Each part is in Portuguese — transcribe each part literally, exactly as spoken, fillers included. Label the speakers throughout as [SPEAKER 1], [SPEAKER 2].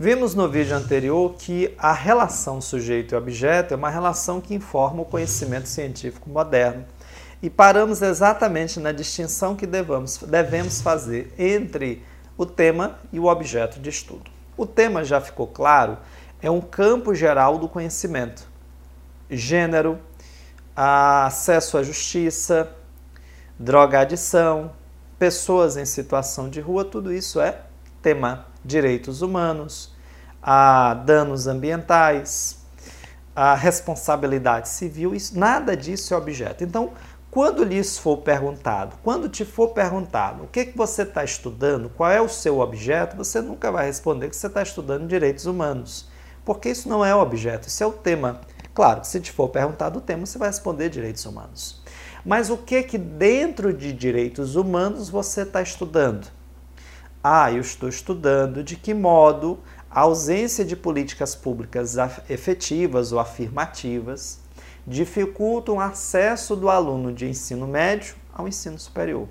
[SPEAKER 1] Vimos no vídeo anterior que a relação sujeito e objeto é uma relação que informa o conhecimento científico moderno e paramos exatamente na distinção que devemos, devemos fazer entre o tema e o objeto de estudo. O tema, já ficou claro, é um campo geral do conhecimento. Gênero, acesso à justiça, drogadição, pessoas em situação de rua, tudo isso é tema. Direitos humanos, a danos ambientais, a responsabilidade civil, isso, nada disso é objeto. Então, quando lhes for perguntado, quando te for perguntado o que, que você está estudando, qual é o seu objeto, você nunca vai responder que você está estudando direitos humanos, porque isso não é o objeto, isso é o tema. Claro, se te for perguntado o tema, você vai responder direitos humanos. Mas o que que dentro de direitos humanos você está estudando? Ah, eu estou estudando de que modo a ausência de políticas públicas efetivas ou afirmativas dificultam o acesso do aluno de ensino médio ao ensino superior.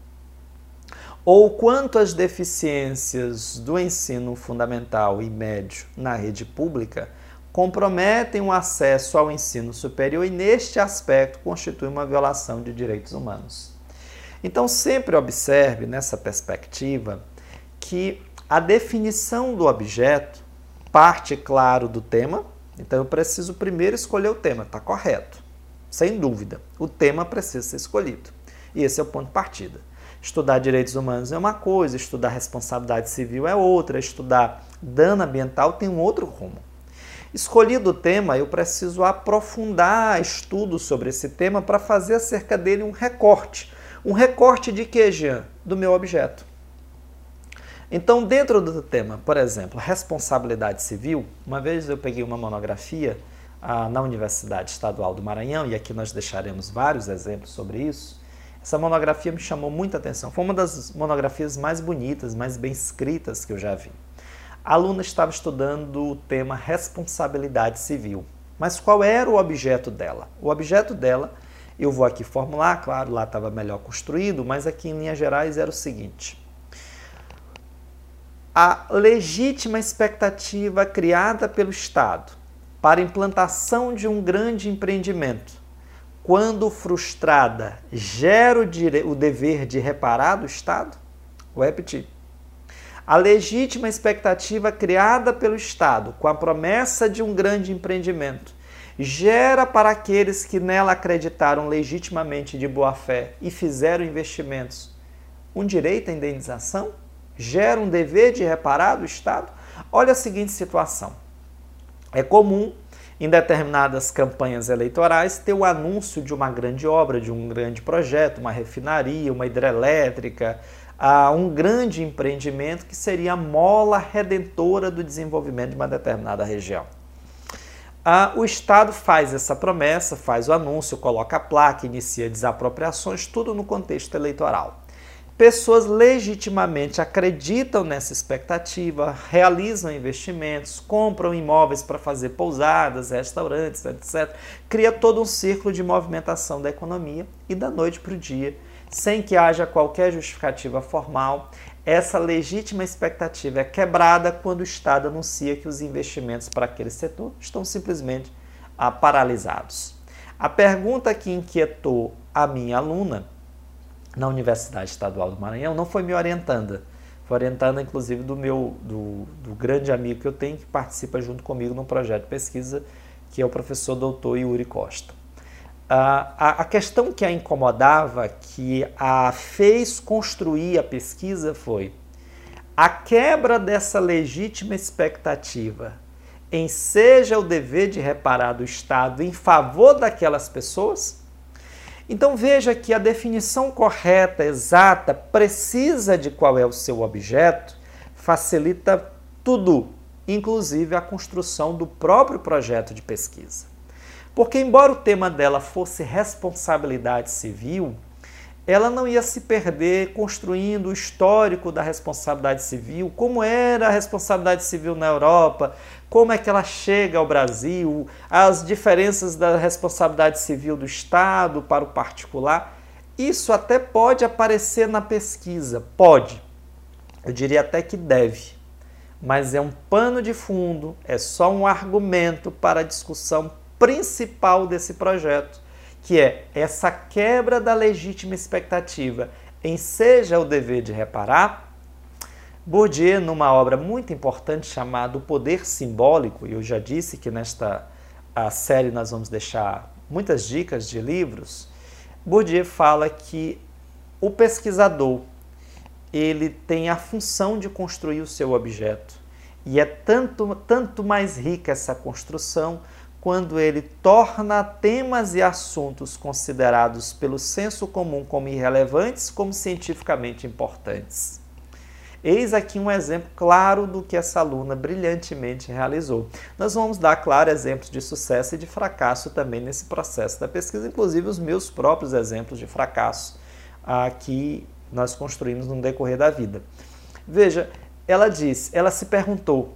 [SPEAKER 1] Ou quanto as deficiências do ensino fundamental e médio na rede pública comprometem o acesso ao ensino superior e, neste aspecto, constitui uma violação de direitos humanos. Então, sempre observe, nessa perspectiva, que a definição do objeto parte, claro, do tema. Então, eu preciso primeiro escolher o tema, está correto, sem dúvida. O tema precisa ser escolhido. E esse é o ponto de partida. Estudar direitos humanos é uma coisa, estudar responsabilidade civil é outra, estudar dano ambiental tem um outro rumo. Escolhido o tema, eu preciso aprofundar estudos sobre esse tema para fazer acerca dele um recorte. Um recorte de quê, Jean? Do meu objeto. Então, dentro do tema, por exemplo, responsabilidade civil, uma vez eu peguei uma monografia ah, na Universidade Estadual do Maranhão, e aqui nós deixaremos vários exemplos sobre isso. Essa monografia me chamou muita atenção. Foi uma das monografias mais bonitas, mais bem escritas que eu já vi. A aluna estava estudando o tema responsabilidade civil. Mas qual era o objeto dela? O objeto dela, eu vou aqui formular, claro, lá estava melhor construído, mas aqui em linhas gerais era o seguinte: a legítima expectativa criada pelo Estado para a implantação de um grande empreendimento, quando frustrada, gera o, dire... o dever de reparar do Estado? Vou repetir. A legítima expectativa criada pelo Estado com a promessa de um grande empreendimento gera para aqueles que nela acreditaram legitimamente de boa fé e fizeram investimentos um direito à indenização? Gera um dever de reparar do Estado? Olha a seguinte situação. É comum, em determinadas campanhas eleitorais, ter o anúncio de uma grande obra, de um grande projeto, uma refinaria, uma hidrelétrica, um grande empreendimento que seria a mola redentora do desenvolvimento de uma determinada região. O Estado faz essa promessa, faz o anúncio, coloca a placa, inicia desapropriações, tudo no contexto eleitoral. Pessoas legitimamente acreditam nessa expectativa, realizam investimentos, compram imóveis para fazer pousadas, restaurantes, etcétera. Cria todo um círculo de movimentação da economia e da noite para o dia, sem que haja qualquer justificativa formal. Essa legítima expectativa é quebrada quando o Estado anuncia que os investimentos para aquele setor estão simplesmente ah, paralisados. A pergunta que inquietou a minha aluna na Universidade Estadual do Maranhão não foi me orientanda, foi orientada inclusive do meu do, do grande amigo que eu tenho, que participa junto comigo num projeto de pesquisa, que é o professor doutor Yuri Costa. Ah, a, a questão que a incomodava, que a fez construir a pesquisa, foi a quebra dessa legítima expectativa em seja o dever de reparar do Estado em favor daquelas pessoas. Então veja que a definição correta, exata, precisa de qual é o seu objeto, facilita tudo, inclusive a construção do próprio projeto de pesquisa. Porque embora o tema dela fosse responsabilidade civil, ela não ia se perder construindo o histórico da responsabilidade civil, como era a responsabilidade civil na Europa, como é que ela chega ao Brasil, as diferenças da responsabilidade civil do Estado para o particular. Isso até pode aparecer na pesquisa, pode, eu diria até que deve, mas é um pano de fundo, é só um argumento para a discussão principal desse projeto, que é essa quebra da legítima expectativa em seja o dever de reparar. Bourdieu, numa obra muito importante chamada O Poder Simbólico, e eu já disse que nesta a série nós vamos deixar muitas dicas de livros, Bourdieu fala que o pesquisador ele tem a função de construir o seu objeto, e é tanto, tanto mais rica essa construção quando ele torna temas e assuntos considerados pelo senso comum como irrelevantes, como cientificamente importantes. Eis aqui um exemplo claro do que essa aluna brilhantemente realizou. Nós vamos dar, claro, exemplos de sucesso e de fracasso também nesse processo da pesquisa, inclusive os meus próprios exemplos de fracasso ah, que nós construímos no decorrer da vida. Veja, ela disse, ela se perguntou,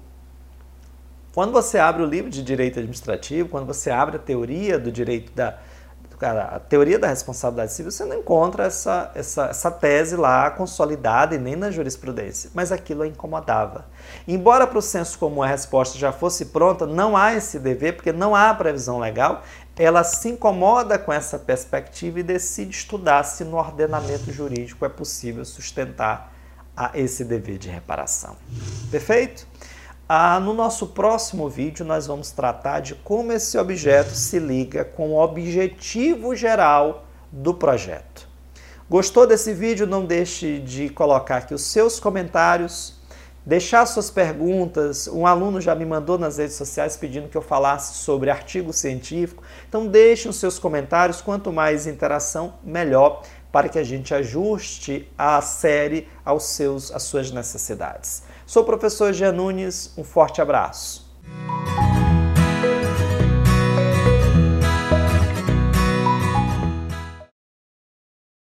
[SPEAKER 1] quando você abre o livro de direito administrativo, quando você abre a teoria do direito da a teoria da responsabilidade civil, você não encontra essa, essa, essa tese lá consolidada e nem na jurisprudência, mas aquilo a incomodava. Embora para o senso comum a resposta já fosse pronta, não há esse dever, porque não há previsão legal, ela se incomoda com essa perspectiva e decide estudar se no ordenamento jurídico é possível sustentar a esse dever de reparação. Perfeito? Ah, no nosso próximo vídeo, nós vamos tratar de como esse objeto se liga com o objetivo geral do projeto. Gostou desse vídeo? Não deixe de colocar aqui os seus comentários, deixar suas perguntas. Um aluno já me mandou nas redes sociais pedindo que eu falasse sobre artigo científico. Então, deixe os seus comentários. Quanto mais interação, melhor, para que a gente ajuste a série aos seus, às suas necessidades. Sou o professor Jean Nunes, um forte abraço.